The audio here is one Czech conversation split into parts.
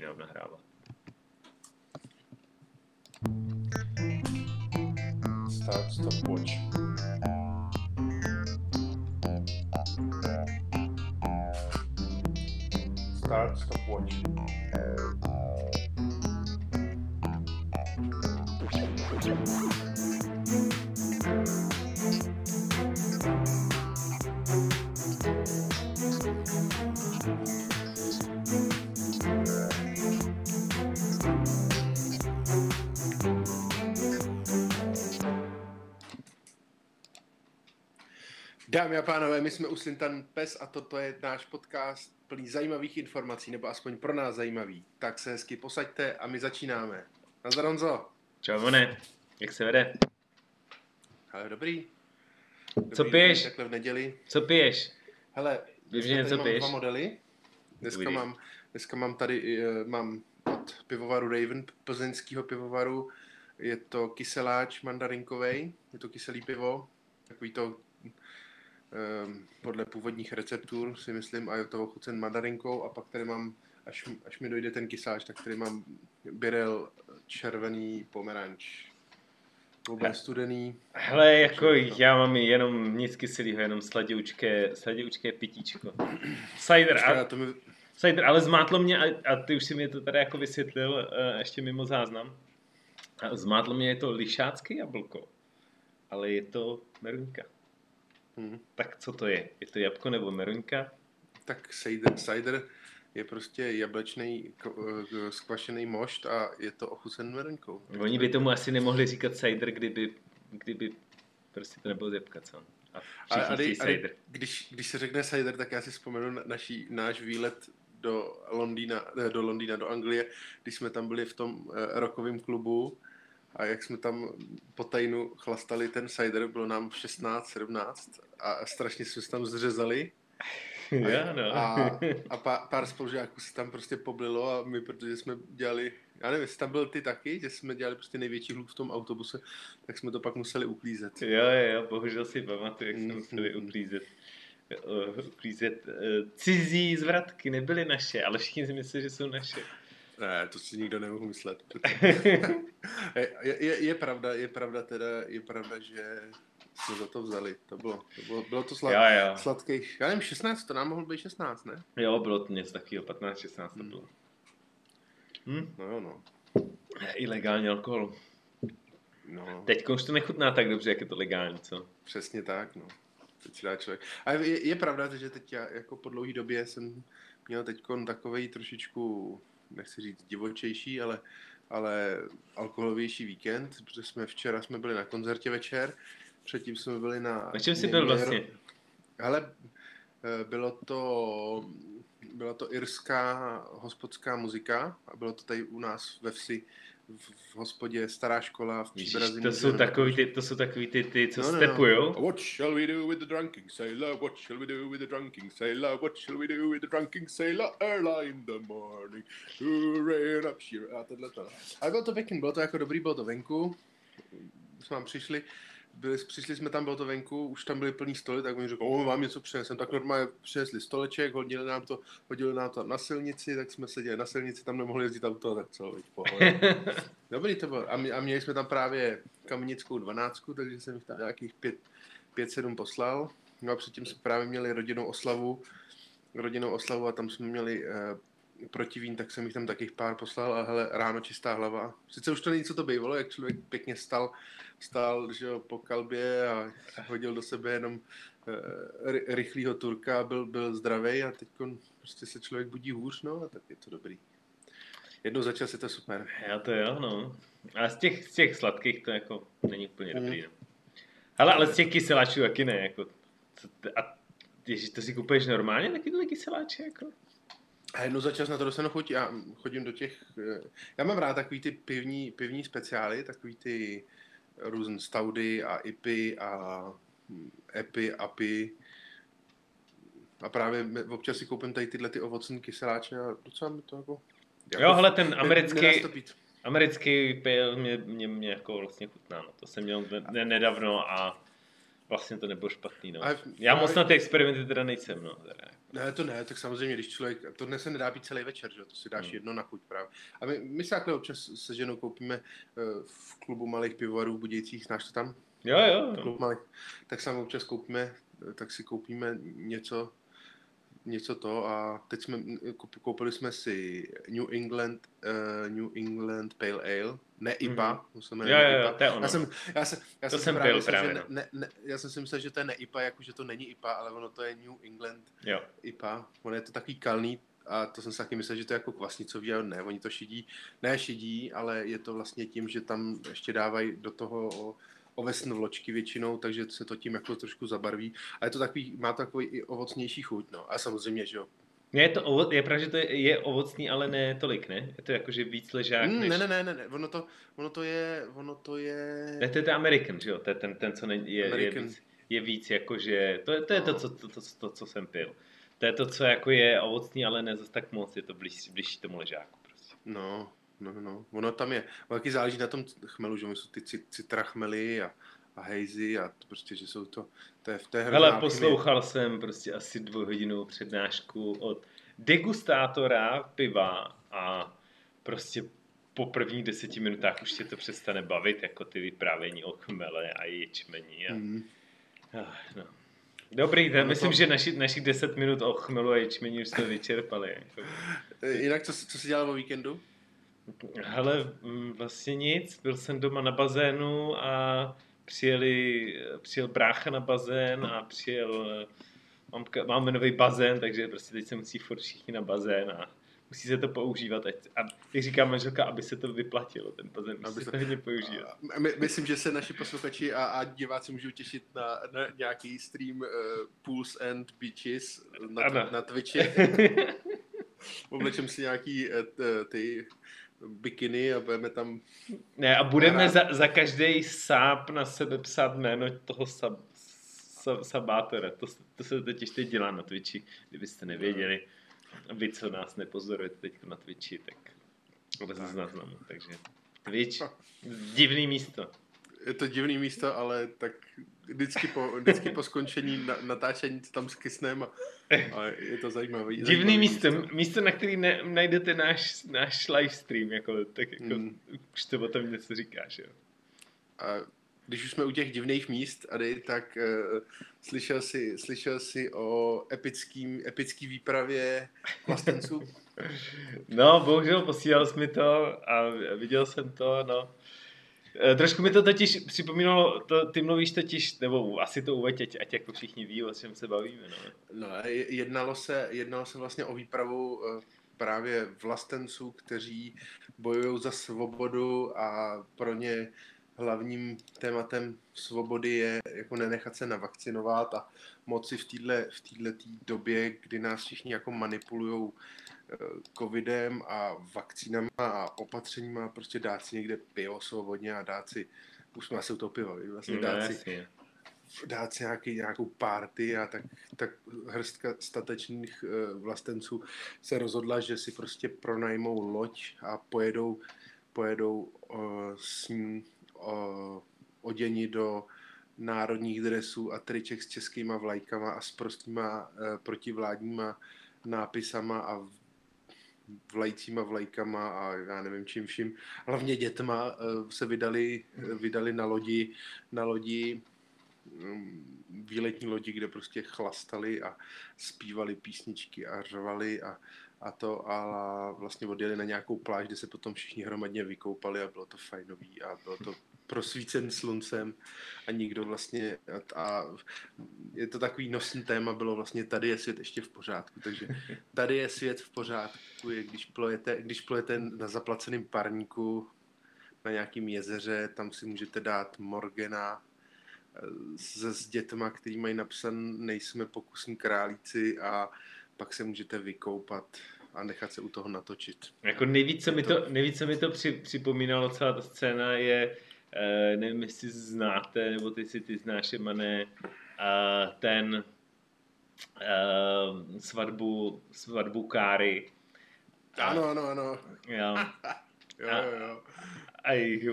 začínám nahrávat. Start, stop, watch. Start, stop, watch. Dámy a pánové, my jsme Uslintan Pes a toto je náš podcast plný zajímavých informací, nebo aspoň pro nás zajímavý. Tak se hezky posaďte a my začínáme. Nazdar, Honzo. Čau, Mone, jak se vede? Hele, dobrý. Co piješ? Takhle v neděli. Co piješ? Hele, něco mám piješ? dva modely. Dneska mám tady mám od pivovaru Raven, plzeňského pivovaru. Je to kyseláč mandarinkovej, je to kyselý pivo, takový to podle původních receptur si myslím, a je to ochucen mandarinkou. A pak tady mám, až mi dojde ten kysáč, tak tady mám Birel červený pomeranč. Oba studený. Hele, jako já mám jenom nic kyselého, jenom sladoučké pitíčko. Cider, ale zmátlo mě, a ty už si mi to tady jako vysvětlil ještě mimo záznam. Zmátlo mě, je to lišácké jablko, ale je to meruňka. Tak co to je? Je to jabko nebo meruňka? Tak cider je prostě jablečný skvašený mošt a je to ochucen meruňkou. Oni by tomu asi nemohli říkat cider, kdyby prostě to nebylo z jabka, co? A cider. Když se řekne cider, tak já si vzpomenu na náš výlet do Londýna, do Anglie, když jsme tam byli v tom rockovém klubu a jak jsme tam po tajnu chlastali ten cider, bylo nám 16, 17 a strašně jsme se tam zřezali. A pár spolužáků se tam prostě poblilo a my, protože jsme dělali, já nevím, jestli tam byl ty taky, že jsme dělali prostě největší hluk v tom autobuse, tak jsme to pak museli uklízet. Jo, bohužel si pamatuju, jak jsme museli uklízet. Cizí zvratky nebyly naše, ale všichni si myslí, že jsou naše. Ne, to si nikdo nemohl myslet. je pravda, že jsme za to vzali. Bylo to sladkých. Já nevím, 16, to nám mohl být 16, ne? Jo, bylo to něco takového, 15, 16 to bylo. No. Ilegální alkohol. No. Teďko už to nechutná tak dobře, jak je to legální, co? Přesně tak, no. Teď si dá člověk. A je pravda, že teď já jako po dlouhé době jsem měl teďkon takovej trošičku, nechci říct divočejší, ale alkoholovější víkend, protože včera jsme byli na koncertě večer, předtím jsme byli na... Na čem jsi byl vlastně? Hele, byla to irská hospodská muzika a bylo to tady u nás ve vsi v hospodě Stará škola v Příbrazi. To jsou takový ty, co stepujou. What shall we do with the drunking sailor? What shall we do with the drunking sailor? What shall we do with the drunking sailor? Early in the morning. Rain up sheer. A tohleto. Ale bylo to pěkný, bylo to jako dobrý, bylo to venku. Jsme tam přišli jsme tam, bylo to venku, už tam byly plný stoly, tak oni řekli, vám něco přinesem, tak normálně přinesli stoleček, hodili nám to na silnici, tak jsme seděli na silnici, tam nemohli jezdit auto, tak co, pohodě. Dobrý to bylo. A měli jsme tam právě kamenickou 12, takže jsem jich tam nějakých 5-7 poslal. No a předtím jsme právě měli rodinnou oslavu a tam jsme měli protivín, tak jsem jich tam takých pár poslal a hele, ráno čistá hlava. Sice už to není, co to bývalo, jak člověk pěkně stál že jo, po kalbě a hodil do sebe jenom rychlýho turka a byl zdravej a teď prostě se člověk budí hůř, no a tak je to dobrý. Jednou za čas je to super. Já to jo, no. A z těch sladkých to jako není úplně dobrý, no. Ale z těch kyseláčů taky ne, jako. A ježiš, to si kupuješ normálně takovýhle kyseláče, jako? A jednou za čas na to dostanu chuť. Já chodím do těch... Já mám rád takový ty pivní speciály, takový ty různé stoudy a IPy a EPy, APy. A právě občas si koupím tady tyhle ty ovocné kyseláče a docela mi to jako... Jo, hele, ten americký pil mě jako vlastně chutná, no. To jsem měl nedávno a vlastně to nebylo špatný, no. Já moc na ty experimenty teda nejsem, no. Ne, tak samozřejmě, když člověk, to dnes se nedá pít celý večer, že? To si dáš jedno na chuť právě. A my se takhle občas se ženou koupíme v klubu malých pivovarů Budějcích, znáš to tam? Jo. Klub malých. Tak sám občas si koupíme něco to a teď koupili jsme si New England Pale Ale, ne IPA, to se jmenuje IPA. To je ono. Já jsem pil právě, já jsem si myslel, že to je ne IPA, jakože to není IPA, ale ono to je New England IPA. Ono je to takový kalný a to jsem si taky myslel, že to je jako kvasnicový, ale ne, oni to šidí, ale je to vlastně tím, že tam ještě dávají do toho ovesné vločky většinou, takže se to tím jako trošku zabarví. A je to takový, má takový i ovocnější chuť, no. A samozřejmě, že jo. Je pravda, že to je ovocný, ale ne tolik, ne? Je to jakože víc ležák než... Ne, ono to je... Ne, to je ten American, že jo? To je ten co je víc jakože... To je to, co jsem pil. To je to, co jako je ovocný, ale ne zase tak moc, je to blížší tomu ležáku prostě. No. Ono tam je, taky záleží na tom chmelu, že jsou ty citra chmely a hejzy a to prostě, že jsou to je hrozná. Hele, poslouchal jsem prostě asi 2hodinovou přednášku od degustátora piva a prostě po prvních 10 minutách už tě to přestane bavit, jako ty vyprávění o chmele a ječmeni. No. Dobrý, myslím, že našich 10 minut o chmelu a ječmeni už jsme vyčerpali. Jako. Jinak, co jsi dělal o víkendu? Hele, vlastně nic. Byl jsem doma na bazénu a přijel brácha na bazén a máme nový bazén, takže prostě teď se musí furt všichni na bazén a musí se to používat. A jak říká manželka, aby se to vyplatilo, ten bazén musí se to hodně používat. Myslím, že se naši posluchači a diváci můžou těšit na nějaký stream Pools and Beaches na Twitchi. Oblečem si nějaký ty bikiny a budeme tam... Ne, a budeme za každý sáp na sebe psát jméno toho sabátora. To se totiž teď dělá na Twitchi, kdybyste nevěděli. A vy, co nás nepozorujete teď na Twitchi, tak bez záznamu. Takže Twitch, divný místo. Je to divný místo, ale tak vždycky po skončení natáčení tam skysnem a je to zajímavý. Divný místo, na který najdete náš livestream, jako, tak jako už to o tom něco říkáš, jo. A když už jsme u těch divných míst, Ady, tak slyšel jsi o epický výpravě vlastenců? No, bohužel posílal jsi mi to a viděl jsem to, no. Trošku mi to totiž připomínalo, ty mluvíš totiž, nebo asi to uveď, ať jako všichni ví, o čem se bavíme. No, jednalo se vlastně o výpravu právě vlastenců, kteří bojují za svobodu a pro ně hlavním tématem svobody je jako nenechat se navakcinovat a moci v této době, kdy nás všichni jako manipulujou covidem a vakcínama a opatřeníma, prostě dát si někde pivo svobodně a dát si, už jsme asi u toho piva, vlastně dát si nějakou party a tak hrstka statečných vlastenců se rozhodla, že si prostě pronajmou loď a pojedou s ní oděni do národních dresů a triček s českýma vlajkama a s prostýma protivládníma nápisama a vlajcíma vlajkama a já nevím čím vším. Hlavně dětma se vydali na lodi výletní lodi, kde prostě chlastali a zpívali písničky a řvali a vlastně odjeli na nějakou pláž, kde se potom všichni hromadně vykoupali a bylo to fajnový a bylo to prosvícen sluncem a nikdo vlastně a je to takový nosný téma, bylo vlastně tady je svět ještě v pořádku, takže tady je svět v pořádku, je když plujete na zaplaceném parníku na nějakým jezeře, tam si můžete dát Morgana s dětma, který mají napsan nejsme pokusní králíci a pak se můžete vykoupat a nechat se u toho natočit. Jako nejvíc se mi to připomínalo, celá ta scéna je, nevím, jestli znáte, nebo ty znáš, Emané, ten svatbu Káry. Ano. Jo. Jo. A jejich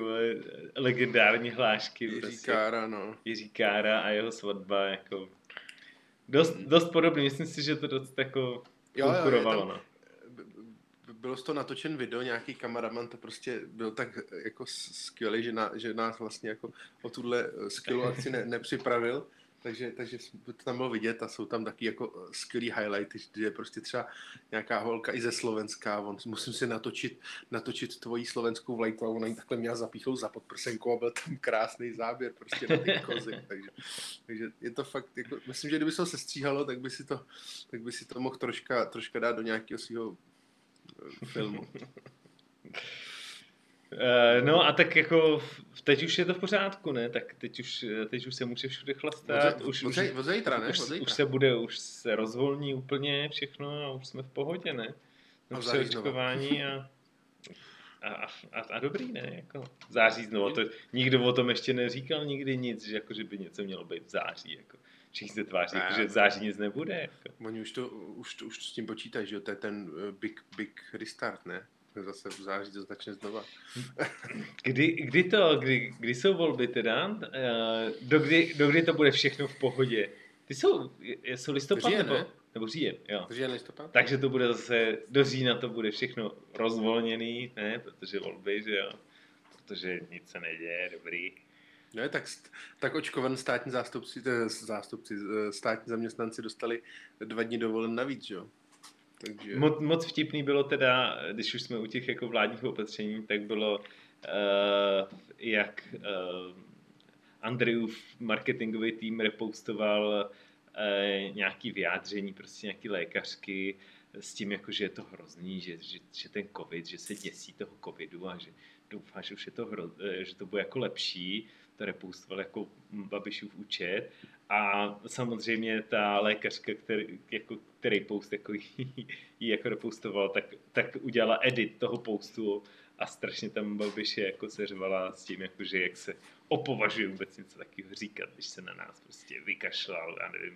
legendární hlášky. Jiří Kára, no. Jiří Kára a jeho svatba, jako Dost podobný, myslím si, že to dost jako konkurovalo, no. Bylo z toho natočen video, nějaký kameraman to prostě byl tak jako skvělý, že nás vlastně jako o tuhle skvělou akci nepřipravil, takže to tam bylo vidět a jsou tam taky jako skvělý highlighty, že je prostě třeba nějaká holka i ze Slovenska, musím si natočit tvoji slovenskou vlajku a ona ji takhle měla zapíchnout za podprsenkou a byl tam krásný záběr prostě na ty kozy, takže je to fakt, jako, myslím, že kdyby se ho sestříhalo, tak by si to mohl troška dát do nějakého svého filmu. No a tak jako teď už je to v pořádku, ne? Tak teď už se může všude chlastat. Už se rozvolní úplně všechno a už jsme v pohodě, ne? Při očkování a dobrý, ne? Jako září znovu. To, nikdo o tom ještě neříkal nikdy nic, že by něco mělo být v září. Jako. Všichni se tváří, jako, že v září nic nebude. Jako. Oni už s tím počítají, že jo? To je ten big restart, ne? Zase v září to začne znova. Kdy jsou volby teda? Dokdy to bude všechno v pohodě? Ty jsou listopad nebo říjen, jo. Říjen, listopad. Takže to bude zase, do října to bude všechno rozvolněný, ne? Protože volby, že jo. Protože nic se neděje, dobrý. No, tak očkovaní státní státní zaměstnanci dostali 2 dny dovolen navíc, že jo. Takže... Moc vtipný bylo teda, když už jsme u těch jako vládních opatření, tak bylo, jak Andrejův marketingový tým repostoval nějaký vyjádření, prostě nějaký lékařky s tím, jako, že je to hrozný, že ten covid, že se děsí toho covidu a že doufá, že už je to že to bude jako lepší. To repostoval jako Babišův účet a samozřejmě ta lékařka, který post jako jí jako repostoval, tak udělala edit toho postu a strašně tam Babiše jako seřvala s tím, jako, že jak se opovažuje vůbec něco takového říkat, když se na nás prostě vykašlal, já nevím,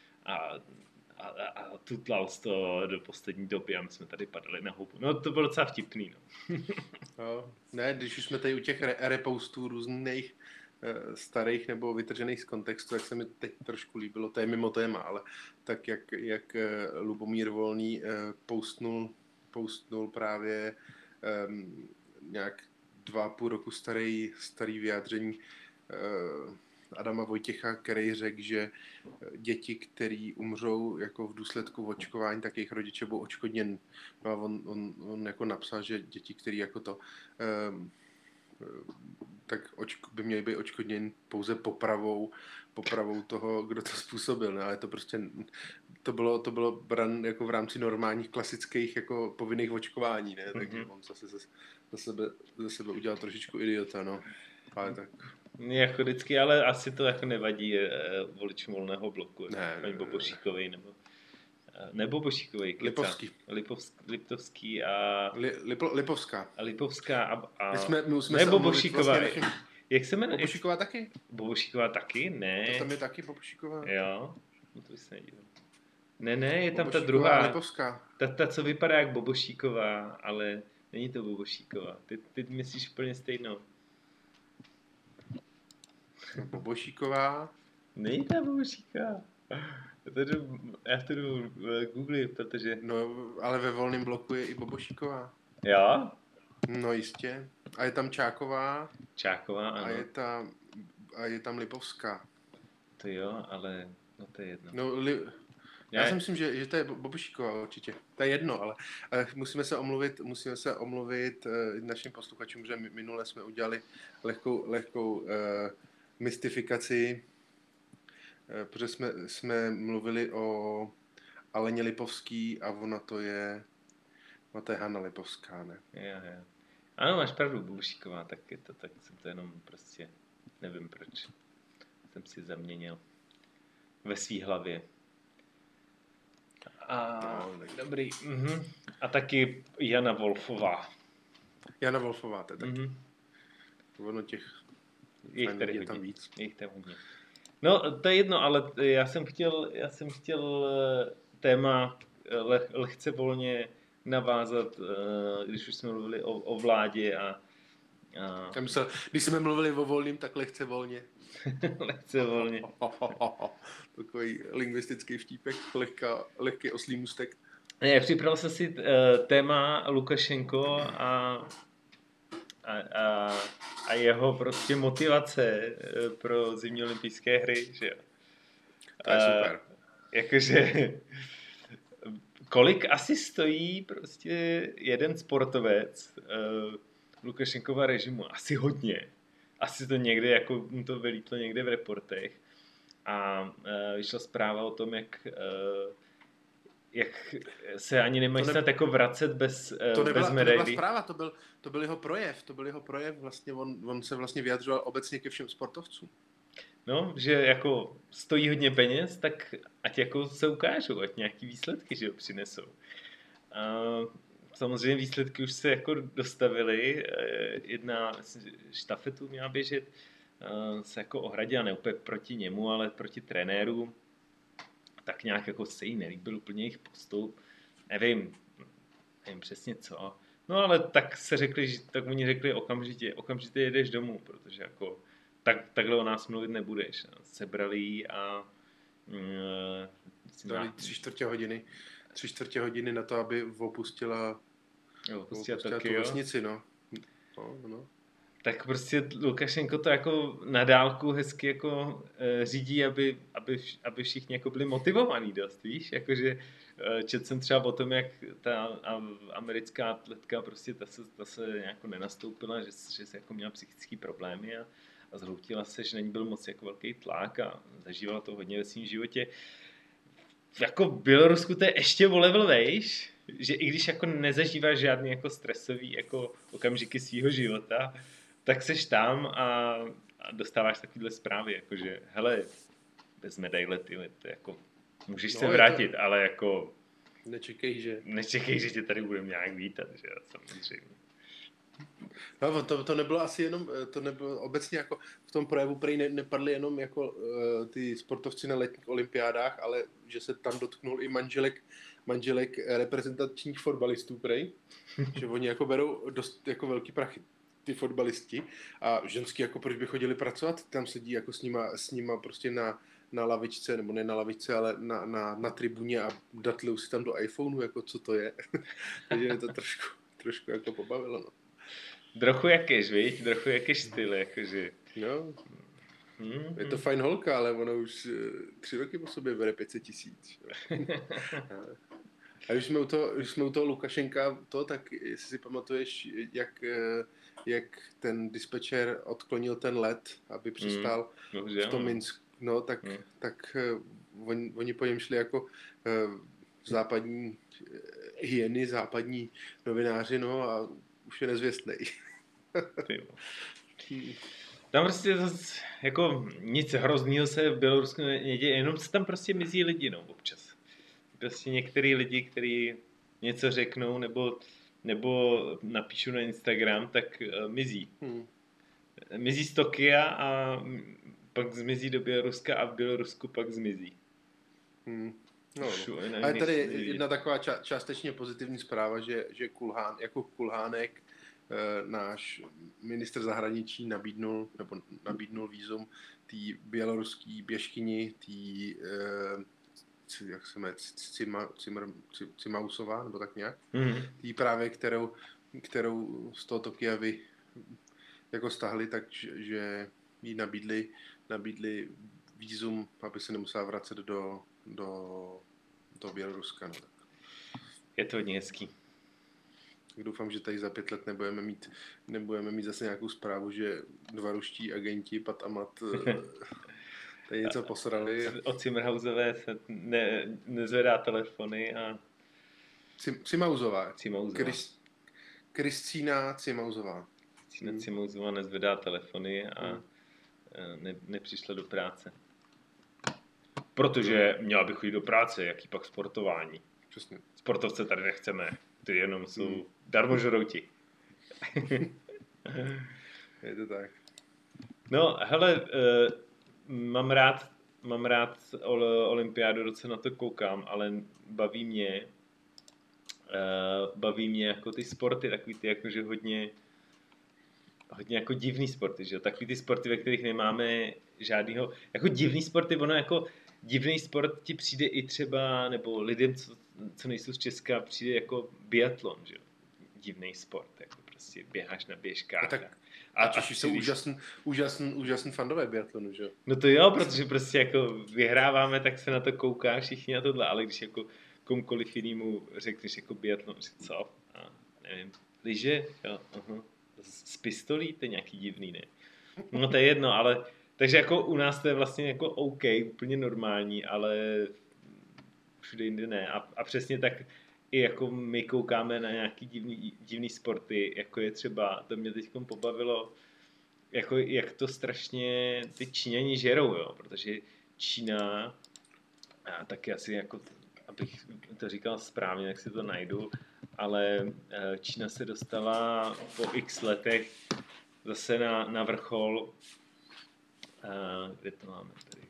a tutlal z toho do poslední doby a my jsme tady padali na hubu. No to bylo docela vtipný, no. No, ne, když už jsme tady u těch repostů různých starých nebo vytržených z kontextu, jak se mi teď trošku líbilo, to je mimo téma, ale tak jak Lubomír Volný postnul právě nějak 2,5 roku starý vyjádření Adama Vojtěcha, který řekl, že děti, které umřou jako v důsledku očkování, tak jejich rodiče budou odškodněn. No a on jako napsal, že děti, které jako to tak by měly být odškodněn pouze popravou toho, kdo to způsobil. Ne? Ale to prostě to bylo bran jako v rámci normálních klasických jako povinných očkování, ne? Takže on zase ze sebe udělal trošičku idiota, no. Ale tak. Jako vždycky, ale asi to jako nevadí voličům Volného bloku. Ne, Bobošíkovej nebo Bobošíkovej. Liptovský a... Lipovská. A Lipovská a... My jsme ne Bobošíková. Vlastně jak se jmenuje? Bobošíková taky? Bobošíková taky? Ne. To tam je taky Bobošíková. Jo? No to se nedívám. Ne, je tam ta druhá. Lipovská. Ta, co vypadá jak Bobošíková, ale není to Bobošíková. Ty myslíš úplně stejnou. Bobošíková. Není ta Bobošíková. Já to jdu googlit, protože... No, ale ve Volném bloku je i Bobošíková. Jo? No jistě. A je tam Čáková. Čáková, ano. A je tam Lipovská. To jo, ale no to je jedno. No, já si myslím, že to je Bobošíková určitě. To je jedno, ale musíme se omluvit našim posluchačům, že minule jsme udělali lehkou mystifikaci, protože jsme mluvili o Aleně Lipovský a ona to je Hana Lipovská, ne? Jo. Ano, máš pravdu, Bobošíková, tak jsem to jenom prostě, nevím proč, jsem si zaměnil ve svý hlavě. Dobrý. A taky Jana Wolfová. Jana Wolfová, to je taky. Ono těch je tam víc. Jich tam hodně. No, to je jedno, ale já jsem chtěl téma lehce volně navázat, když už jsme mluvili o vládě a Já myslel, když jsme mluvili o volným, tak lehce volně. Lehce volně. Takový lingvistický vtípek, lehký oslý můstek. Ne, připravil jsem si téma Lukašenko a jeho prostě motivace pro zimní olympijské hry, že jo. To je super. Jakože kolik asi stojí prostě jeden sportovec Lukašenkova režimu? Asi hodně. Asi to někde, jako mu to vylítlo někde v reportech. A vyšla zpráva o tom, jak se ani nemají snad jako vracet bez medailí. To nebyla zpráva, to byl jeho projev, vlastně on se vlastně vyjadřoval obecně ke všem sportovcům. No, že jako stojí hodně peněz, tak ať jako se ukážou, ať nějaký výsledky, že jo, přinesou. Samozřejmě výsledky už se jako dostavily, jedna štafetu měla běžet, se jako ohradila ne úplně proti němu, ale proti trenéru. Tak nějak jako se jí nelíbil úplně jejich postup. Nevím přesně co. No ale tak se řekli, tak oni řekli okamžitě jedeš domů, protože jako takhle o nás mluvit nebudeš. Sebrali jí a dali 3/4 hodiny na to, aby opustila tu vesnici, no. No. Tak prostě Lukašenko to jako na dálku hezky jako řídí, aby všichni jako byli motivovaní dost, víš? Jakože četl jsem třeba o tom, jak ta americká atletka prostě ta se jako nenastoupila, že se jako měla psychické problémy a zhroutila se, že na ní byl moc jako velký tlak a zažívala to hodně ve svém životě. Jako v Bělorusku to je ještě o level vejš, že i když jako nezažíváš žádný jako stresový jako okamžiky svýho života, tak seš tam a dostáváš takovýhle zprávy, jakože hele, bez medaile, ty jako můžeš se vrátit, ale jako nečekej, že tě tady budeme nějak vítat, že jo, samozřejmě. No, to nebylo asi jenom, to nebylo obecně jako v tom projevu prej nepadly jenom jako ty sportovci na letních olympiádách, ale že se tam dotknul i manželek reprezentačních fotbalistů prej, že oni jako berou dost jako velký prachy ty fotbalisti a ženský jako proč by chodili pracovat, tam sedí jako s nima prostě na lavičce, nebo ne na lavičce, ale na tribuně a datlujou si tam do iPhoneu, jako co to je. Takže mě to trošku jako pobavilo, no. Trochu jakýž, viď? Trochu jakýž styl, jakože. No. Je to fajn holka, ale ona už 3 roky po sobě bere 500 000. A když jsme u toho Lukašenka, tak jestli si pamatuješ, jak ten dispečer odklonil ten let, aby přistál v tom Minsku, no, tak oni po něm šli jako západní hyeny, západní novináři, no a už je nezvěstnej. Tam prostě jako nic hroznýho se v Bělorusku neděje, jenom se tam prostě mizí lidi, no, občas. Prostě některý lidi, kteří něco řeknou nebo napíšu na Instagram, tak mizí. Mizí z Tokia a pak zmizí do Běloruska a v Bělorusku pak zmizí. No. Ale tady je jedna taková částečně pozitivní zpráva, že Kulhánek, náš ministr zahraničí, nabídnul vízum té běloruský běžkyni, jak se jmenuje, Cimausová, nebo tak nějak. Tý právě, kterou z toho Tokia jako stáhli, takže jí nabídli vízum, aby se nemusela vracet do Běloruska. No. Je to hodně hezký. Doufám, že tady za 5 let nebudeme mít zase nějakou zprávu, že 2 ruští agenti Pat a Mat tady něco posrali. Od Zimmerhausové se nezvedá telefony a... Cimausová. Kristýna Cimausová. Kristýna Cimausová nezvedá telefony a nepřišla do práce. Protože měla by chodit do práce, jaký pak sportování. Přesně. Sportovce tady nechceme, ty jenom jsou darmožrouti. Je to tak. No, hele, mám rád olympiádu, docela na to koukám, ale baví mě jako ty sporty, takový ty jakože hodně hodně jako divný sporty, že jo? Takový ty sporty, ve kterých nemáme žádnýho, jako divný sporty, ono jako divný sport ti přijde i třeba, nebo lidem, co nejsou z Česka, přijde jako biatlon, že jo? Divný sport, jako prostě běháš na běžkách. A Češi jsou úžasný fandové biatlonu, že jo? No to jo, protože prostě jako vyhráváme, tak se na to kouká všichni a tohle, ale když jako komukoliv jinému řekneš jako biatlon, co? A nevím, lyže, jo, z pistolí, to je nějaký divný, ne? No to je jedno, ale takže jako u nás to je vlastně jako OK, úplně normální, ale všude jinde ne. A přesně tak i jako my koukáme na nějaký divný sporty, jako je třeba, to mě teď pobavilo, jako jak to strašně ty Číňani žerou, jo, protože Čína, a taky asi jako, abych to říkal správně, tak si to najdu, ale Čína se dostala po x letech zase na vrchol, kde to máme tady,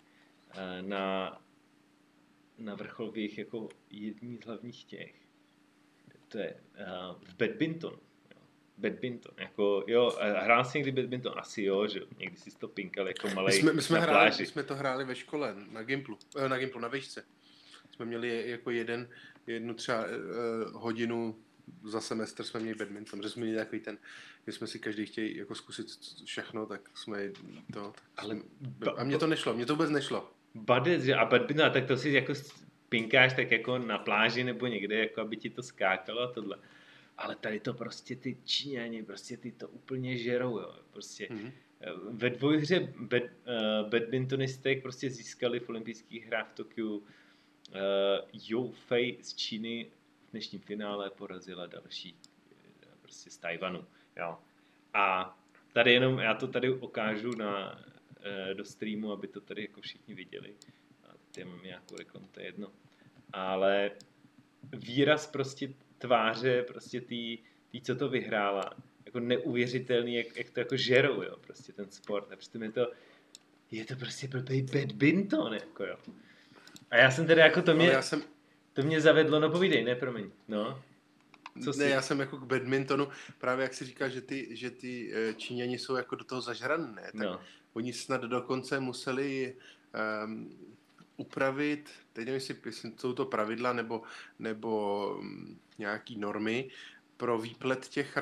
na vrchol v jejich jako jední z hlavních těch. To je v badminton. Badminton, jako jo, hrál jsi někdy badminton? Asi jo, že někdy jsi to pinkal jako malej my jsme to hráli ve škole, na výšce. Jsme měli jako jednu třeba hodinu za semestr jsme měli badminton, že jsme měli takový ten, že jsme si každý chtěli jako zkusit všechno, tak jsme to... A mně to nešlo, mně to vůbec nešlo. Badec, že? A badminton, tak to si jako pinkáš tak jako na pláži nebo někde, jako aby ti to skákalo a tohle. Ale tady to prostě ty Číňani, prostě ty to úplně žerou, jo. Prostě ve dvojhře badmintonistek prostě získali v olympijských hrách v Tokiu Jou Fei z Číny v dnešním finále porazila další prostě z Tajvanu, jo. A tady jenom, já to tady ukážu do streamu, aby to tady jako všichni viděli. A tady mám nějakou reklamu, to je jedno. Ale výraz prostě tváře prostě tý, co to vyhrála, jako neuvěřitelný, jak to jako žerou, jo, prostě ten sport. A prostě je to prostě blbý badminton, jako jo. A já jsem teda jako to mě zavedlo, no povídej, ne, promiň, no. Já jsem jako k badmintonu, právě jak si říká, že ty Číňani jsou jako do toho zažrané, tak no. Oni snad dokonce museli upravit, teď nevím, jestli jsou to pravidla nebo nějaký normy pro výplet těch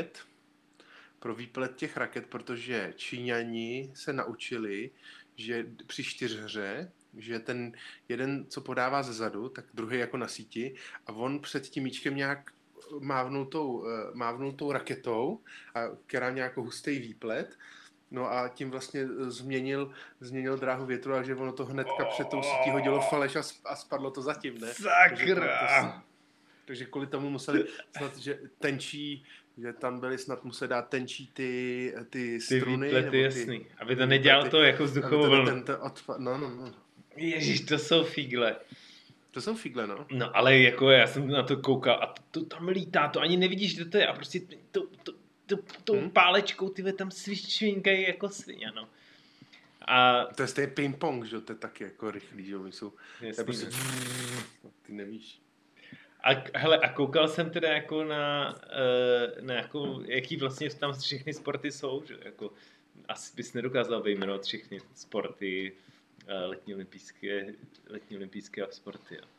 raket, protože Číňani se naučili, že při čtyřhře, že ten jeden, co podává zezadu, tak druhý jako na síti a on před tím míčkem nějak mávnul tou raketou, která měla jako hustý výplet. No a tím vlastně změnil dráhu větru, a že ono to hnedka před tou sítí hodilo faleš a spadlo to zatím, ne? Sakra! Takže kvůli tomu museli snad, že tam byli snad museli dát tenčí ty struny. Ty výplety, jasný. Aby to nedělal to jako vzduchovou vlnu. No. Ježíš, to jsou figle. To jsou figle, no. No ale jako já jsem na to koukal a to tam lítá, to ani nevidíš, že to je a prostě tou pálečkou ty tam svišťují jako svině, no. A to je stejně ping-pong, že to je taky jako rychlý, že oni jsou. Jasný, prostě, ty nevíš. A koukal jsem teda jako na jako, jaký vlastně tam všechny sporty jsou, že jako asi bys nedokázal vyjmenovat všechny sporty, letní olympijské sporty. Jo.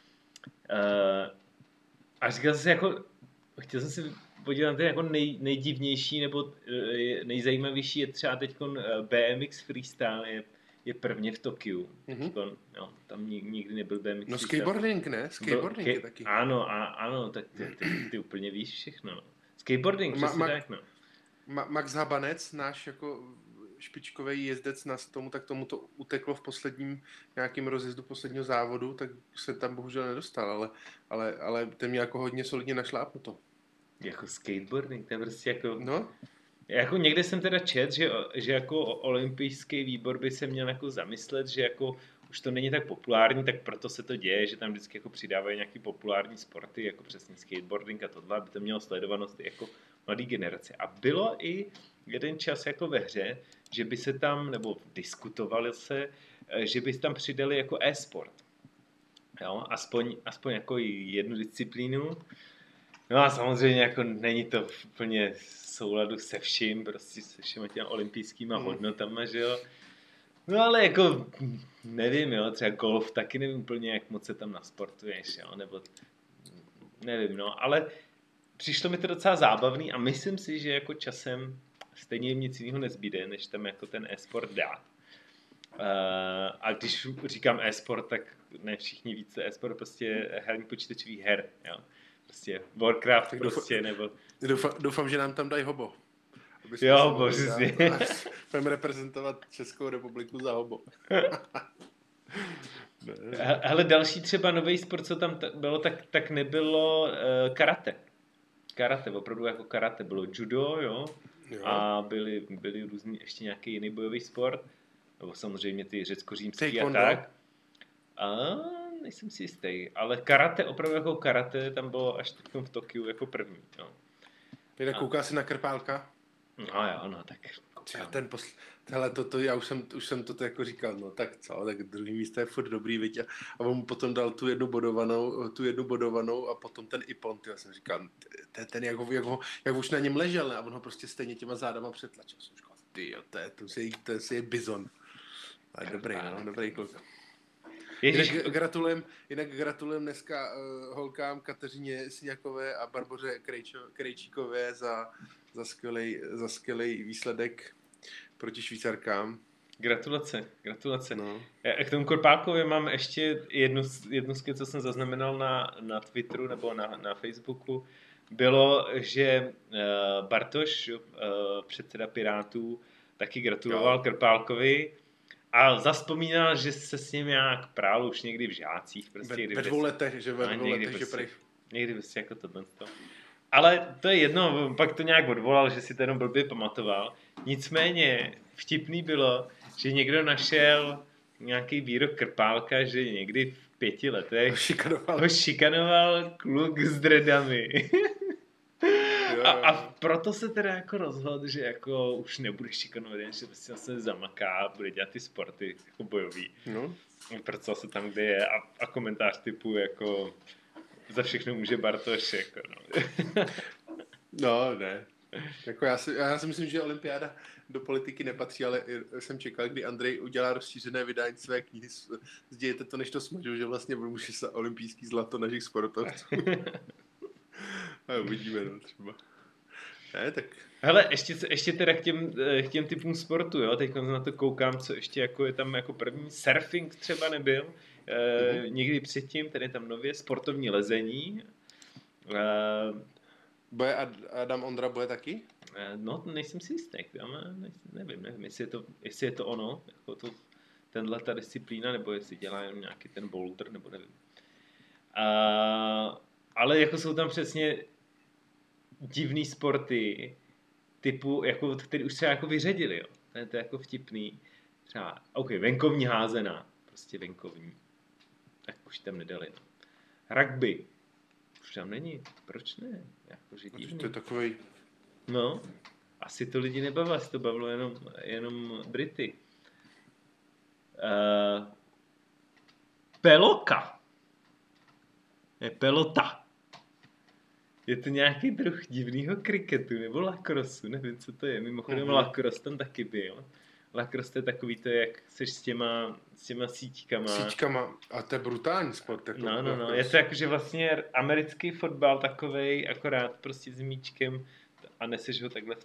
A říkal jsem si jako, chtěl jsem si podívat na ten jako nejdivnější nebo nejzajímavější je třeba teď BMX freestyle je prvně v Tokiu. Mm-hmm. Jo, tam nikdy nebyl BMX. No skateboarding, ne? Skateboarding je taky. Ano, tak ty úplně víš všechno. No. Skateboarding, přesně tak, no. Max Habanec, náš jako špičkový jezdec, tomu to uteklo v posledním nějakým rozjezdu posledního závodu, tak se tam bohužel nedostal, ale ten mě jako hodně solidně našlápnuto. Jako skateboarding, to je prostě jako... No. Jako někde jsem teda čet, že jako olympijský výbor by se měl jako zamyslet, že jako už to není tak populární, tak proto se to děje, že tam vždycky jako přidávají nějaký populární sporty, jako přesně skateboarding a tohle, aby to mělo sledovanost jako mladý generace. A bylo i jeden čas jako ve hře, že by se tam, nebo diskutovali se, že by tam přidali jako e-sport. Jo, aspoň jako jednu disciplínu. No a samozřejmě jako není to úplně v souladu se vším, prostě se všema těma olympijskýma hodnotama, že jo. No ale jako, nevím, jo, třeba golf taky nevím úplně, jak moc se tam nasportuješ, jo, nebo nevím, no, ale přišlo mi to docela zábavný a myslím si, že jako časem stejně jim nic jiného nezbyde, než tam jako ten e-sport dát. A když říkám e-sport, tak ne všichni ví, co e-sport, prostě herní počítačových her, jo. Prostě Warcraft tak prostě, nebo... Doufám, že nám tam dají hobo. Jo, bože. Budeme reprezentovat Českou republiku za hobo. Hele, další třeba nový sport, co tam bylo, tak nebylo karate. Karate, opravdu jako karate. Bylo judo, jo. A byly různý, ještě nějaký jiný bojový sport. Nebo samozřejmě ty řecko-římský a tak. A nejsem si jistý. Ale karate, opravdu jako karate, tam bylo až teď v Tokiu jako první. Jo. Pěda, kouká si na Krpálka? No jo, no tak. Hele, já už jsem to jako říkal, no tak co, tak druhý místo je furt dobrý, viď? A on mu potom dal tu jednu bodovanou a potom ten Ipon, já jsem říkal, ten jak už na něm ležel, ne? A on ho prostě stejně těma zádama přetlačil. Jsem říkal, tyjo, to je bizon. Ale dobrý kluk. Jinak gratulujem dneska holkám Kateřině Sňakové a Barboře Krejčíkové za skvělý výsledek proti Švýcarkám. Gratulace. No. K tomu Korpálkovi mám ještě jednu skvěl, co jsem zaznamenal na Twitteru nebo na Facebooku. Bylo, že Bartoš, předseda Pirátů, taky gratuloval Krpálkovi a zavzpomínal, že se s ním nějak prál už někdy v žácích. Prostě, ve 2 letech, že někdy prostě jako tohle. Ale to je jedno, pak to nějak odvolal, že si to jenom blbě pamatoval. Nicméně vtipný bylo, že někdo našel nějaký výrok Krpálka, že někdy v 5 letech ho šikanoval kluk s dredami. A proto se teda jako rozhodl, že jako už nebude šikanovat, jen že prostě se zamaká, bude dělat ty sporty jako bojový. No. Proto se tam, kde je a komentář typu jako za všechno může Bartoš, jako no. No, ne. Jako já si myslím, že olympiáda do politiky nepatří, ale jsem čekal, kdy Andrej udělá rozšířené vydání své knihy Zdějete to, než to smažu, že vlastně může se olympijský zlato našich sportovců. A uvidíme, no, třeba. Ne, tak... Hele, ještě teda k těm typům sportu, jo, teď na to koukám, co ještě jako je tam jako první. Surfing třeba nebyl, někdy předtím, tady je tam nově sportovní lezení. Bude Adam Ondra bude taky? No, nejsem si jistý, nevím, jestli je to ono, jako ta disciplína, nebo jestli dělá jenom nějaký ten boulder, nebo nevím. Ale jako jsou tam přesně divný sporty, typu, jako, který už třeba jako vyřadili, jo. To je jako vtipný. Třeba, venkovní házená, prostě venkovní. Tak už tam nedali, no. Rugby. Už tam není. Proč ne? Jakože divný. To je takovej... No, asi to lidi nebavilo, asi to bavilo jenom Brity. Peloka. Je pelota. Je to nějaký druh divného kriketu nebo lacrossu, nevím, co to je. Mimochodem lacrosse tam taky byl. Lacrosse je takový to, jak seš s těma síťkama. Síťkama. A to je brutální sport. Jako no. Je to jako, že vlastně americký fotbal takovej, akorát prostě s míčkem a neseš ho takhle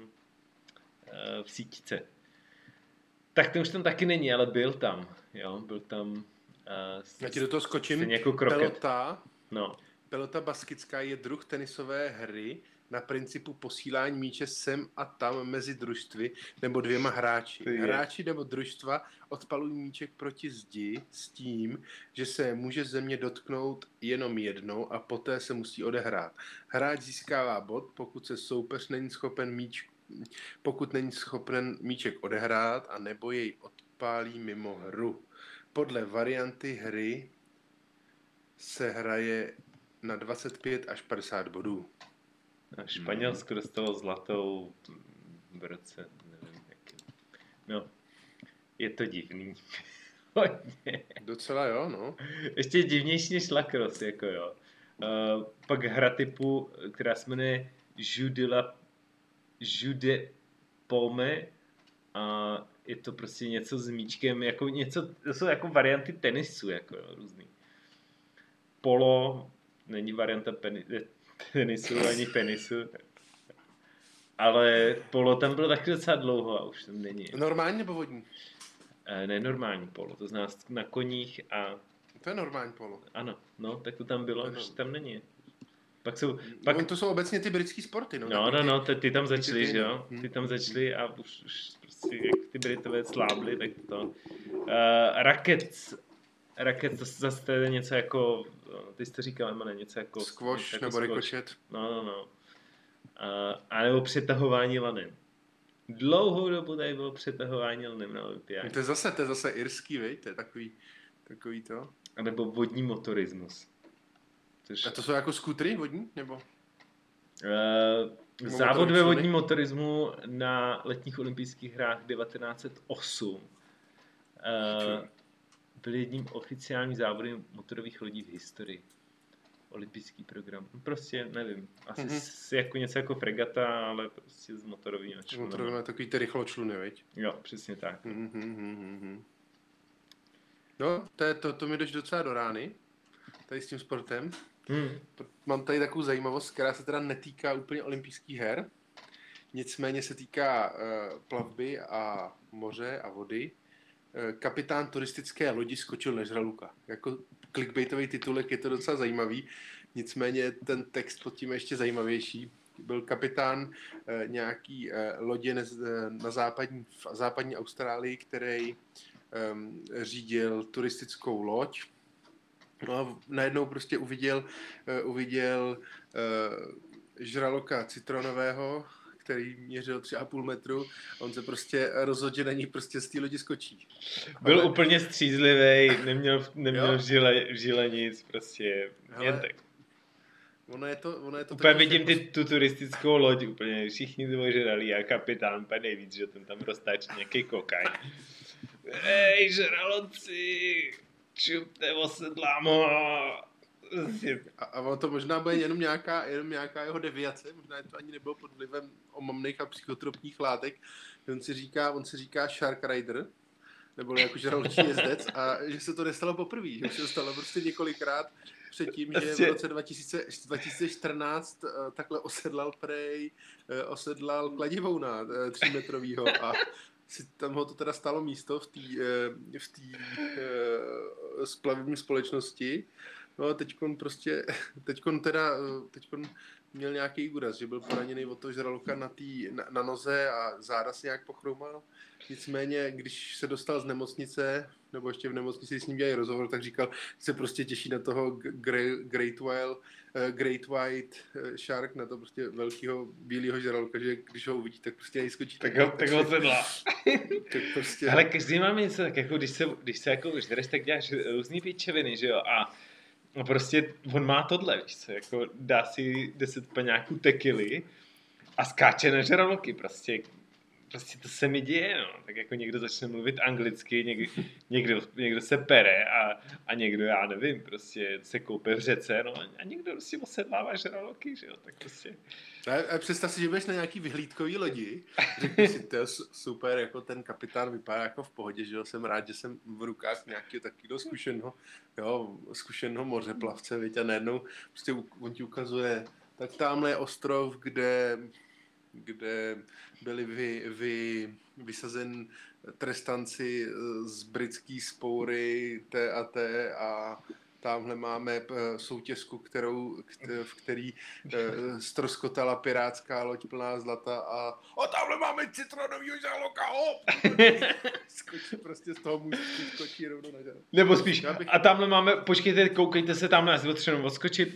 v síťce. Tak to už tam taky není, ale byl tam. Jo, byl tam. Já ti do toho skočím. Jako Pelota baskická je druh tenisové hry na principu posílání míče sem a tam mezi družstvy nebo 2 hráči. Hráči nebo družstva odpalují míček proti zdi s tím, že se může země dotknout jenom jednou a poté se musí odehrát. Hráč získává bod, pokud není schopen míček odehrát a nebo jej odpálí mimo hru. Podle varianty hry se hraje na 25 až 50 bodů. A Španělsko dostalo zlatou v roce, nevím jaký. No, je to divný. Docela jo, no. Ještě divnější než lacrosse, jako jo. Pak hra typu, která se jmenuje Jeu de Paume a je to prostě něco s míčkem, jako něco, to jsou jako varianty tenisu, jako jo, různý. Polo, není varianta tenisu ani penisu, ale polo tam bylo taky docela dlouho a už tam není. Normální nebo vodní? Ne, normální polo, to znamená na koních a... To je normální polo. Ano, no, tak to tam bylo, už tam není. Pak To jsou obecně ty britský sporty, no. No, ty tam začali, že jo? Ty tam začali a už prostě, jak ty Britové slábli, tak to... Racket zase je něco jako, ty jsi to říkal, Emane, něco jako... Squash nebo rikošet. No. A nebo přetahování lanem. Dlouhou dobu tady bylo přetahování lanem na olympiádě. To je zase irský, viď? To je takový to. A nebo vodní motorismus. A to jsou jako skutry vodní, nebo? Závod ve vodním motorismu na letních olympijských hrách 1908 byl jedním oficiálním závodem motorových lodí v historii. Olympijský program. Prostě nevím. Asi jako něco jako fregata, ale prostě s motorovými čluny. Motorové takový ty rychločluny, viď? Jo, přesně tak. No, to mi došlo docela do rány. Tady s tím sportem. Mám tady takovou zajímavost, která se teda netýká úplně olympijských her. Nicméně se týká plavby a moře a vody. Kapitán turistické lodi skočil na žraluka. Jako clickbaitový titulek je to docela zajímavý. Nicméně ten text pod tím je ještě zajímavější. Byl kapitán nějaký lodě na západní Austrálii, který řídil turistickou loď. No a najednou prostě uviděl žraloka citronového, který měřil 3,5 metru a on se prostě rozhodl, že na ní prostě z té lodi skočí. Byl úplně střízlivý, neměl v žile nic, prostě jen tak. Ono je to úplně vidím tu turistickou loď, úplně všichni to ožrali a kapitán úplně nejvíc, že ten tam roztáčí nějaký kokain. Ej, žraloci, čupte osedlámo. A ono to možná bude jenom nějaká jeho deviace, možná to ani nebylo pod vlivem omamných a psychotropních látek. On si říká Shark Rider, nebo jako žraloční jezdec, a že se to nestalo poprvé, že se to stalo prostě několikrát předtím, že v roce 2014 takhle osedlal kladivouna 3metrovýho a tam ho to teda stalo místo v té splavební společnosti. No teďkon měl nějaký úraz, že byl poraněný od toho žraloka na noze a záda si nějak pochroumal. Nicméně, když se dostal z nemocnice, nebo ještě v nemocnici s ním dělají rozhovor, tak říkal, že se prostě těší na toho Great White Shark, na to prostě velkýho bílého žraloka, že když ho uvidí, tak prostě nejskočí. Tak ho sedlá. Tak prostě... Ale každý máme něco tak, jako když se jako ždereš, tak děláš různý píčeviny, že jo? A prostě on má tohle, víš co, jako dá si 10 paňáků tekily a skáče na žraloky, prostě to se mi děje, no. Tak jako někdo začne mluvit anglicky, někdo se pere a někdo, já nevím, prostě se koupe v řece, no a někdo prostě osedlává žraloky, že jo, tak prostě. A představ si, že budeš na nějaký vyhlídkový lodi, řekni si, to je super, jako ten kapitán vypadá jako v pohodě, že jo, jsem rád, že jsem v rukách nějakého takového zkušeného mořeplavce, viď, a najednou prostě on ti ukazuje, tak tamhle je ostrov, kde byli vysazen trestanci z britský spoury T a tamhle máme soutězku, v který ztroskotala pirátská loď plná zlata a tamhle máme citronovýho žraloka, hop! Skočí prostě z toho můstku, skočí rovnou na žraloka. Nebo spíš, a tamhle máme, počkejte, koukejte se, tamhle asi potřebujeme odskočit.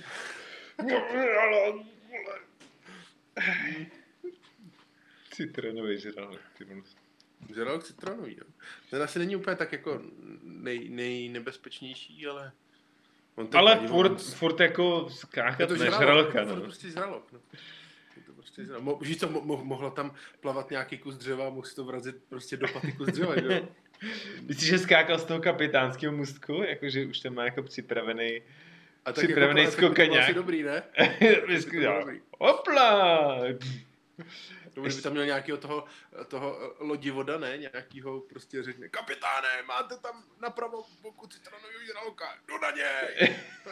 Citronový žralok. Žralok citronový, jo. Ten asi není úplně tak jako nejnebezpečnější, ale... Ale furt jako skákat na žraloka, no. To je prostě žralok, no. Víš co, mohlo tam plavat nějaký kus dřeva, mohl si to vrazit prostě do paty kus dřeva, že jo? Myslíš, že skákal z toho kapitánského můstku? Jakože už tam má jako připravený... A tak připravený jako to skokaňák. bylo asi dobrý, ne? Hopla! To by tam měl nějakého toho lodivoda, ne? Nějakýho prostě řekne, kapitáne, máte tam napravo boku citronového žraloka, jdu na něj!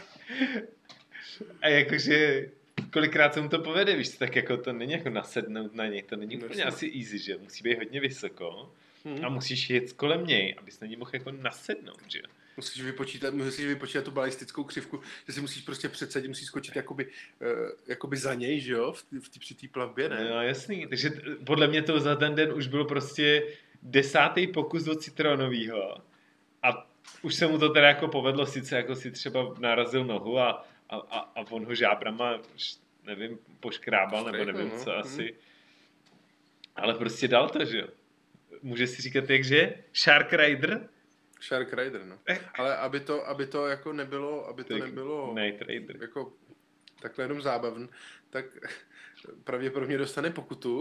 A jakože kolikrát se mu to povede, víš, tak jako to není jako nasednout na něj, to není úplně asi easy, že musí být hodně vysoko a musíš jet kolem něj, abys na něj mohl jako nasednout, že Musíš vypočítat tu balistickou křivku, že si musíš prostě předsadit, musíš skočit jakoby za něj, že jo, při té plavbě, ne? No jasný, takže podle mě to za ten den už byl prostě 10. pokus do citronovýho a už se mu to teda jako povedlo, sice jako si třeba narazil nohu a on ho žábrama, nevím, poškrábal, nebo nevím co asi. Ale prostě dal to, že jo. Může si říkat jakže? Shark Rider? Shark Rider, no. Ale aby to jako nebylo, Night Rider. Jako takhle jenom zábavný, tak pravděpodobně dostane pokutu.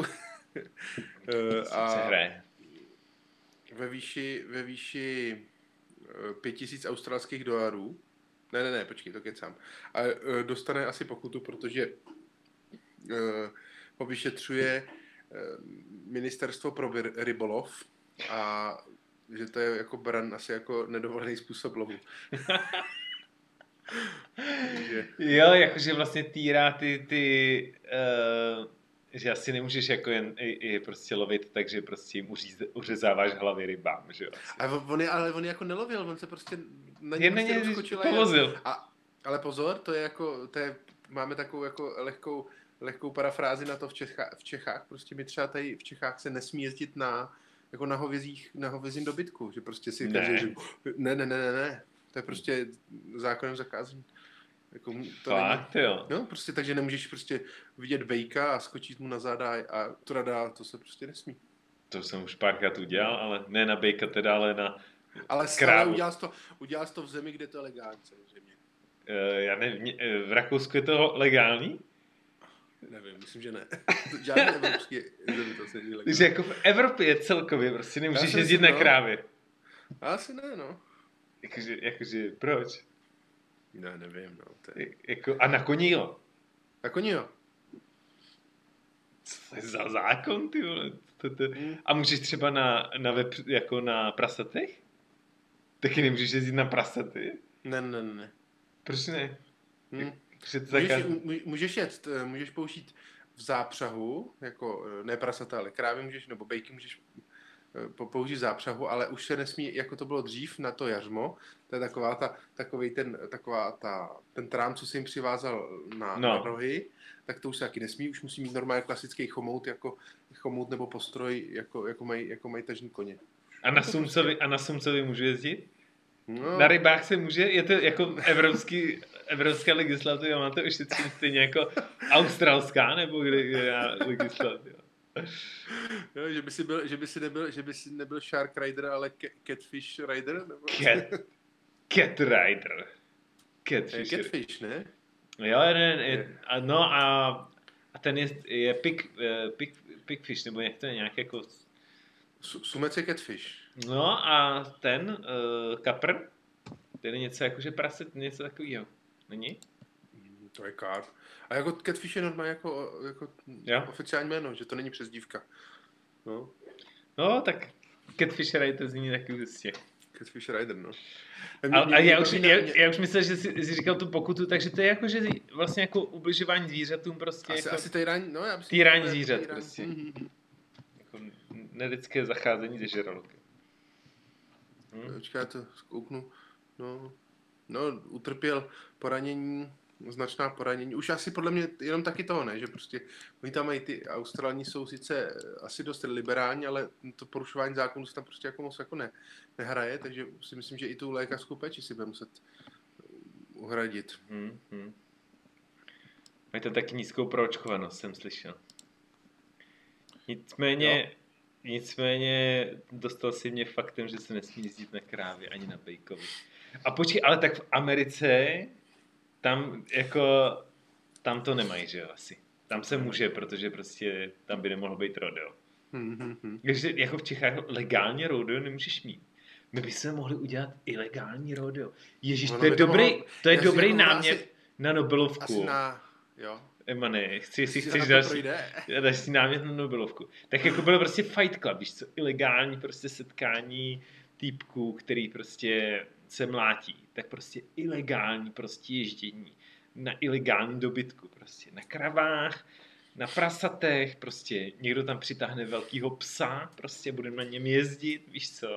A ve výši 5000 australských dolarů. Ne, počkej, to kecám. A dostane asi pokutu, protože ho vyšetřuje ministerstvo pro rybolov a že to je jako bran asi jako nedovolený způsob lovu. Jo, jakože vlastně týrá že asi nemůžeš jako jen prostě lovit, takže prostě jim uřezáváš hlavy rybám, že jo? Ale on jako nelovil, on se prostě na něj prostě povozil. Ale pozor, máme takovou jako lehkou parafrázi na to v Čechách. Prostě my třeba tady v Čechách se nesmí jezdit na hovězím dobytku, že prostě si každý, že ne. To je prostě zákonem zakázaný. Jako fakt, jo. No, prostě takže nemůžeš prostě vidět bejka a skočit mu na záda a to se prostě nesmí. To jsem už párkrát udělal, ale ne na bejka teda, ale na krávu. Ale udělal jsi to v zemi, kde to je legální, samozřejmě. Já nevím, v Rakousku je to legální? Nevím, myslím, že ne. Žádný evropský zemi to se není legální. Takže jako v Evropě celkově prostě nemůžeš jezdit na krávě. Asi ne, no. Jakože proč? Ne, nevím, no. A na koni jo? Na koni jo. Co to je za zákon, ty vole? A můžeš třeba jako na prasatech? Taky nemůžeš jezdit na prasaty? Ne. Proč ne? Můžeš použít v zápřahu, jako ne prasata, ale krávy můžeš, nebo bejky můžeš použít zápřahu, ale už se nesmí, jako to bylo dřív na to jařmo, to je ten trám, co si jim přivázal na rohy, tak to už se taky nesmí, už musí mít normálně klasický chomout, jako chomout nebo postroj, jako mají tažní koně. A na Sumcovi můžu jezdit? No. Na rybách se může, je to jako evropská legislativa, má to ošetření stejně jako australská, nebo kde legislativa. Jo, že by si nebyl Shark Rider, ale Catfish Rider? Nebo? Cat Rider. Catfish, ne? Jo, a ten je pigfish, nebo jak to je nějak jako... Sumec je catfish. No a ten kapr, ten je něco jako, že praset, něco takového. Není? To je carp. A jako catfish je normálně jako oficiální jméno, že to není přezdívka. No, tak Catfish Rider zní taky hustě. Catfish Rider, no. A já už myslel, že jsi říkal tu pokutu, takže to je jako, že vlastně jako ubližování zvířatům prostě. Asi týrání zvířat prostě. Jako nelidské zacházení se žraloky. Počkej, já to zkouknu. No, utrpěl poranění, značná poranění. Už asi podle mě jenom taky toho, ne? Že prostě oni tam mají ty Australani jsou sice asi dost liberální, ale to porušování zákonů se tam prostě jako moc jako nehraje, takže si myslím, že i tu lékařskou péči si bude muset uhradit. Mají to taky nízkou proočkovanost, jsem slyšel. Nicméně dostal si mě faktem, že se nesmí jezdit na krávě ani na bejkovi. A počkej, ale tak v Americe tam to nemají, že jo, asi. Tam se může, protože prostě tam by nemohlo být rodeo. Takže jako v Čechách legálně rodeo nemůžeš mít. My bychom mohli udělat ilegální rodeo. Ježíš, Ono to je by to dobrý, mohlo- to je já si dobrý jako ono námět asi- na Nobelovku. Asi jo. Emane, jestli Jestli chceš na to další, projde. další námět na Nobelovku. Tak jako bylo prostě Fight Club, víš co, ilegální prostě setkání týpků, který prostě se mlátí. Tak prostě ilegální prostě ježdění na ilegální dobytku prostě. Na kravách, na prasatech, prostě někdo tam přitáhne velkýho psa, prostě budeme na něm jezdit, víš co.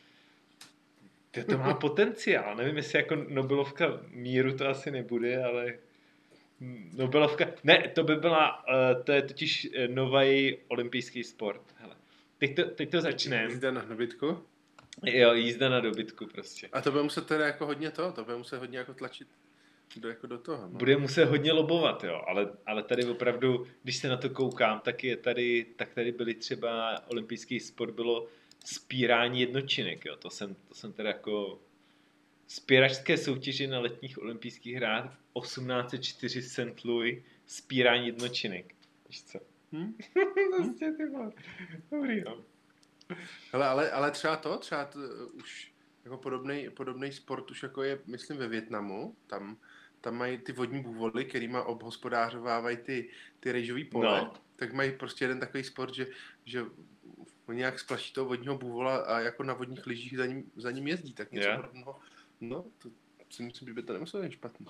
To má potenciál, nevím, jestli jako Nobelovka míru to asi nebude, ale Nobelovka, ne, to by byla, to je totiž nový olympijský sport, hele. Teď to začne. Jízda na dobytku? Jo, jízda na dobytku prostě. A to bude muset teda jako hodně to bude muset hodně jako tlačit do toho. No. Bude muset hodně lobovat, jo, ale tady opravdu, když se na to koukám, tak tady byly třeba olympijský sport, bylo spírání jednočinek, jo, to jsem teda jako spíračské soutěže na letních olympijských hrách 1804 St. Louis, spírání jednočinek. Víš co? Prostě ty vole. Dobrý, no. Hele, ale třeba to už jako podobný sport už jako je, myslím, ve Vietnamu. Tam mají ty vodní bůvoly, kterýma obhospodářovávají ty rejžový pole. No. Tak mají prostě jeden takový sport, že oni nějak splaší toho vodního bůvola a jako na vodních lyžích za ním jezdí. Tak něco podobného. No, to si myslím, že by to nemuselo být špatný.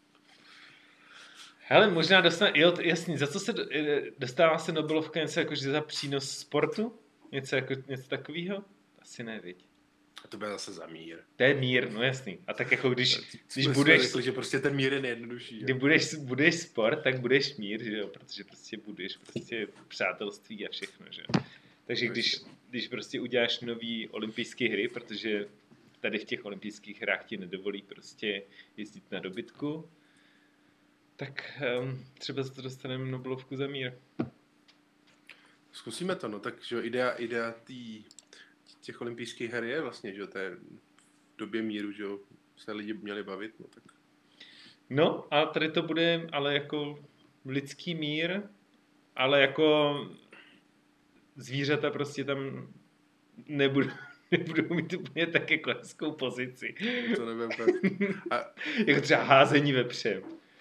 Hele, možná jo, jasný, za co se dostává se Nobelovka, něco jako, že za přínos sportu? Něco takového? Asi ne, viď. A to bude zase za mír. To je mír, no jasný. A tak jako když budeš... Řekli, že prostě ten mír je nejjednodušší. Když budeš sport, tak budeš mír, že jo, protože prostě budeš prostě přátelství a všechno, že jo. Takže když prostě uděláš nový olympijské hry, protože tady v těch olympijských hrách ti nedovolí prostě jezdit na dobytku, tak třeba se to dostaneme Nobelovku za mír. Zkusíme to, no tak že idea těch olympijských her je vlastně, že to je v době míru, že se lidi měli bavit, no tak. No a tady to bude ale jako lidský mír, ale jako zvířata prostě tam nebudou mít úplně tak jako hezkou pozici. To nevím úplně. Jako třeba házení vepřem.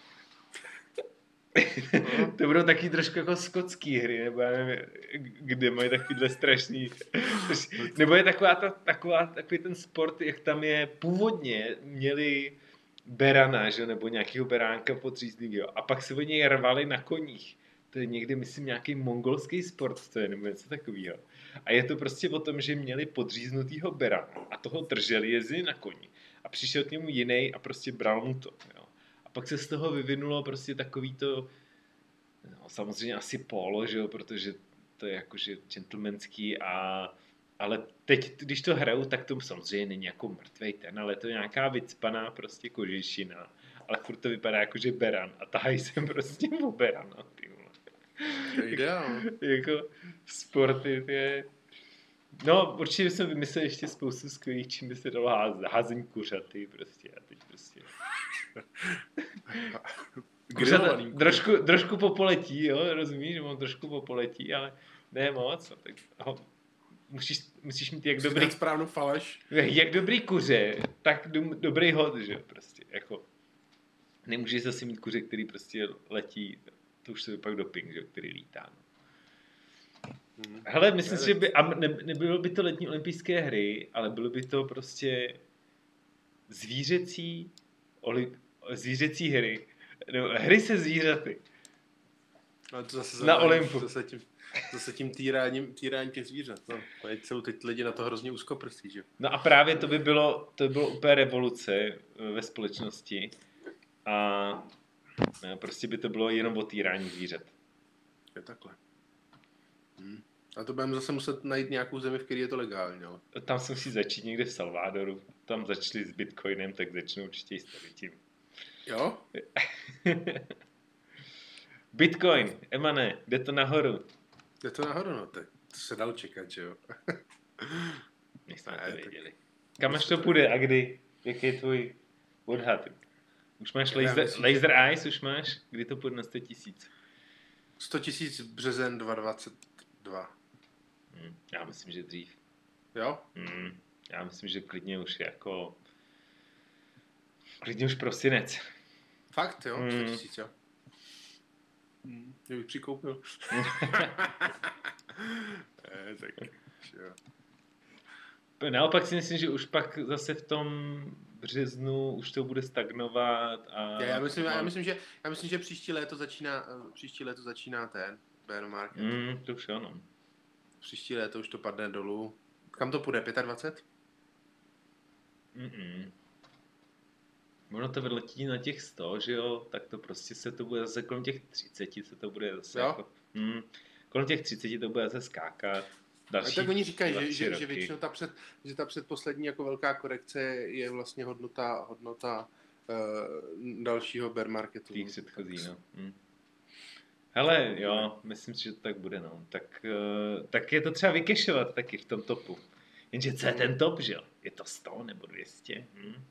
To budou taky trošku jako skotský hry, nebo já nevím, kde mají takovýhle strašný. Nebo je takový ten sport, jak tam je původně, měli berana, že? Nebo nějakého beránka podříznýho a pak se od něj rvali na koních. To je někdy, myslím, nějaký mongolský sport, to je, nebo něco takového. A je to prostě o tom, že měli podříznutýho berana a toho drželi, jezdili na koni. A přišel k němu jiný a prostě bral mu to, jo. Pak se z toho vyvinulo prostě takový to, no, samozřejmě asi polo, že jo, protože to je jakože gentlemanský, ale teď, když to hraju, tak to samozřejmě není jako mrtvej ten, ale to je nějaká vycpaná prostě kožešina, ale furt to vypadá jako, že beran a tahají jsem prostě o berana, ty vole. To je ideál. Jako sporty, ty je... No, určitě jsem vymyslel ještě spoustu skvělých, čím by se dalo házení kuřaty prostě a teď prostě... Trošku po poletí, jo, rozumíš, mám trošku po poletí, ale ne moc, no, tak musíš mít jak dobrý... správnou faleš. Jak dobrý kuře, tak dobrý hod, že prostě, jako... Nemůžeš zase mít kuře, který prostě letí, to už se je pak doping, že, který lítá, no. Hele, myslím si, že by, nebylo by to letní olympijské hry, ale bylo by to prostě zvířecí hry. No, hry se zvířaty. Ale to zase na Olympu. Zase tím týráním těch zvířat. No. Celou ty lidi na to hrozně úzkoprsí, že? No a právě to by bylo úplně revoluce ve společnosti. A prostě by to bylo jenom o týrání zvířat. Je takhle. A to budeme zase muset najít nějakou zemi, v které je to legální, ale... Tam se musí začít někde v Salvadoru. Tam začali s Bitcoinem, tak začnou určitě i s tím. Jo? Bitcoin, Emane, jde to nahoru. Jde to nahoru, no tak to se dalo čekat, že jo? My jsme to věděli. Kam až to půjde a kdy? Jaký je tvůj odhad? Už máš laser eyes, už máš? Kdy to půjde na 100 000? 100 000 březen 2022. Já myslím, že dřív. Jo? Já myslím, že klidně už prosinec. Fakt, jo? 100 000, jo? Kdybych přikoupil. Tak, jo. Naopak si myslím, že už pak zase v tom březnu už to bude stagnovat. A já myslím, že příští léto začíná ten bear market. To už ano. Příští léto už to padne dolů. Kam to půjde? 25? Ono to vyletí na těch 100, že jo, tak to prostě se to bude zase kolem těch 30 se to bude zase jako, kolem těch 30 to bude zase skákat. Tak oni říkají, že většinou ta předposlední jako velká korekce je vlastně hodnota dalšího bear marketu. Tý předchozí, no. Hele, jo, myslím si, že to tak bude, no. Tak je to třeba vykešovat taky v tom topu. Jenže co je ten top, že jo? Je to 100 nebo 200?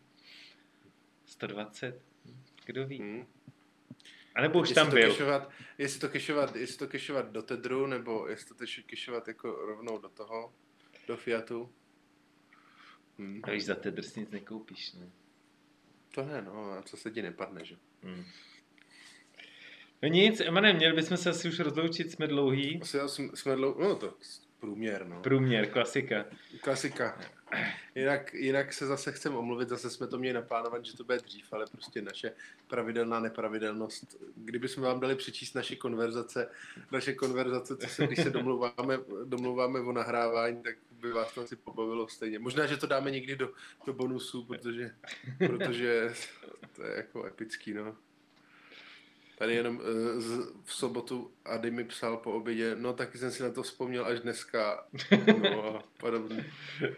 120? Kdo ví? A nebo už tam byl. Jestli to kešovat do Tedru, nebo jestli to kešovat jako rovnou do toho, do Fiatu. A když za Tedr si nic nekoupíš, ne? To ne, no, a co se ti nepadne, že? No nic, Emane, měli bychom se asi už rozloučit, jsme dlouhý. Jsme dlouhý, no to průměr, no. Průměr, klasika. Jinak se zase chcem omluvit, zase jsme to měli naplánovat, že to bude dřív, ale prostě naše pravidelná nepravidelnost. Kdybychom vám dali přečíst naše konverzace, když se domlouváme o nahrávání, tak by vás to asi pobavilo stejně. Možná, že to dáme někdy do bonusu, protože to je jako epický, no. Tady jenom v sobotu Ady mi psal po obědě, no taky jsem si na to vzpomněl až dneska, no a podobně.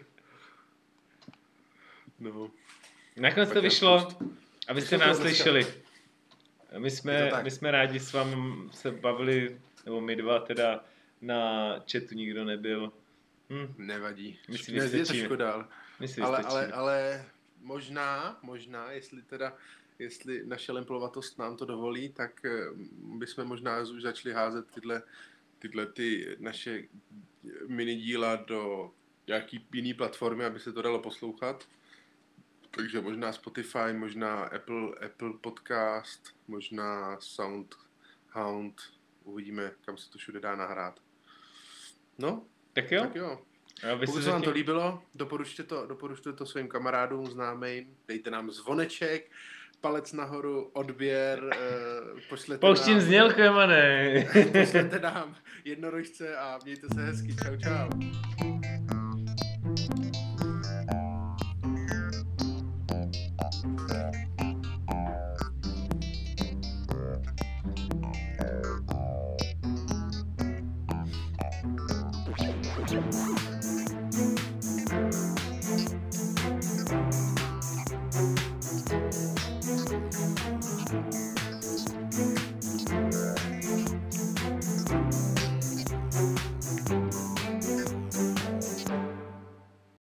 No. Nakonec to vyšlo a vy jste nás slyšeli. My jsme rádi s vámi se bavili, nebo my dva teda na chatu nikdo nebyl. Nevadí. Je to škoda, ale možná, jestli naše lemplovatost nám to dovolí, tak bychom možná už začali házet tyhle ty naše minidíla do nějaký jiný platformy, aby se to dalo poslouchat. Takže možná Spotify, možná Apple Podcast, možná SoundHound. Uvidíme, kam se to všude dá nahrát. No, tak jo. Pokud se vám to líbilo, doporučte to svým kamarádům, známým, dejte nám zvoneček, palec nahoru, odběr, pouštím znělku, Emane. Pošlete nám jednorožce a mějte se hezky. Čau. Thank you.